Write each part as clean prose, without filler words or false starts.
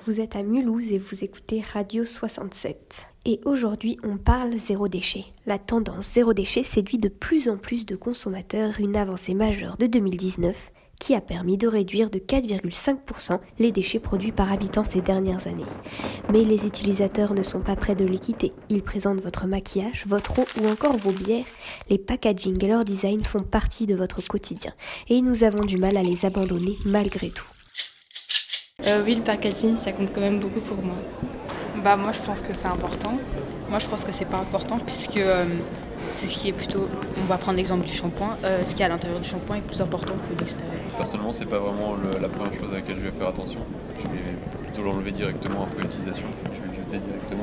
vous êtes à Mulhouse et vous écoutez Radio 67. Et aujourd'hui, on parle zéro déchet. La tendance zéro déchet séduit de plus en plus de consommateurs, une avancée majeure de 2019 qui a permis de réduire de 4,5% les déchets produits par habitant ces dernières années. Mais les utilisateurs ne sont pas près de les quitter. Ils présentent votre maquillage, votre eau ou encore vos bières. Les packaging et leur design font partie de votre quotidien. Et nous avons du mal à les abandonner malgré tout. Oui, le packaging, ça compte quand même beaucoup pour moi. Moi, je pense que c'est important. Moi, je pense que c'est pas important puisque c'est ce qui est plutôt... On va prendre l'exemple du shampoing. Ce qui est à l'intérieur du shampoing est plus important que l'extérieur. Personnellement, c'est pas vraiment la première chose à laquelle je vais faire attention. Je vais plutôt l'enlever directement après l'utilisation. Je vais le jeter directement.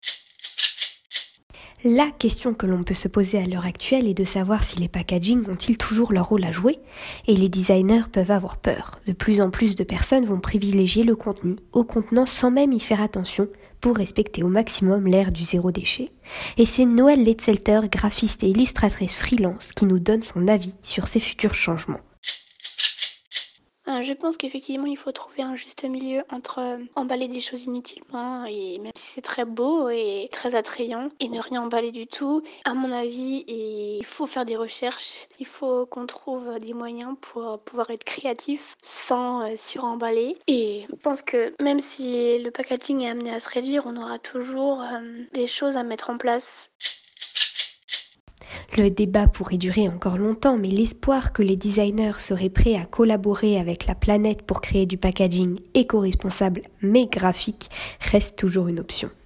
La question que l'on peut se poser à l'heure actuelle est de savoir si les packaging ont-ils toujours leur rôle à jouer, et les designers peuvent avoir peur. De plus en plus de personnes vont privilégier le contenu au contenant sans même y faire attention pour respecter au maximum l'ère du zéro déchet. Et c'est Noël Letzelter, graphiste et illustratrice freelance, qui nous donne son avis sur ces futurs changements. Je pense qu'effectivement, il faut trouver un juste milieu entre emballer des choses inutilement, et même si c'est très beau et très attrayant, et ne rien emballer du tout. À mon avis, il faut faire des recherches, il faut qu'on trouve des moyens pour pouvoir être créatif sans suremballer. Et je pense que même si le packaging est amené à se réduire, on aura toujours des choses à mettre en place. Le débat pourrait durer encore longtemps, mais l'espoir que les designers seraient prêts à collaborer avec la planète pour créer du packaging éco-responsable mais graphique reste toujours une option.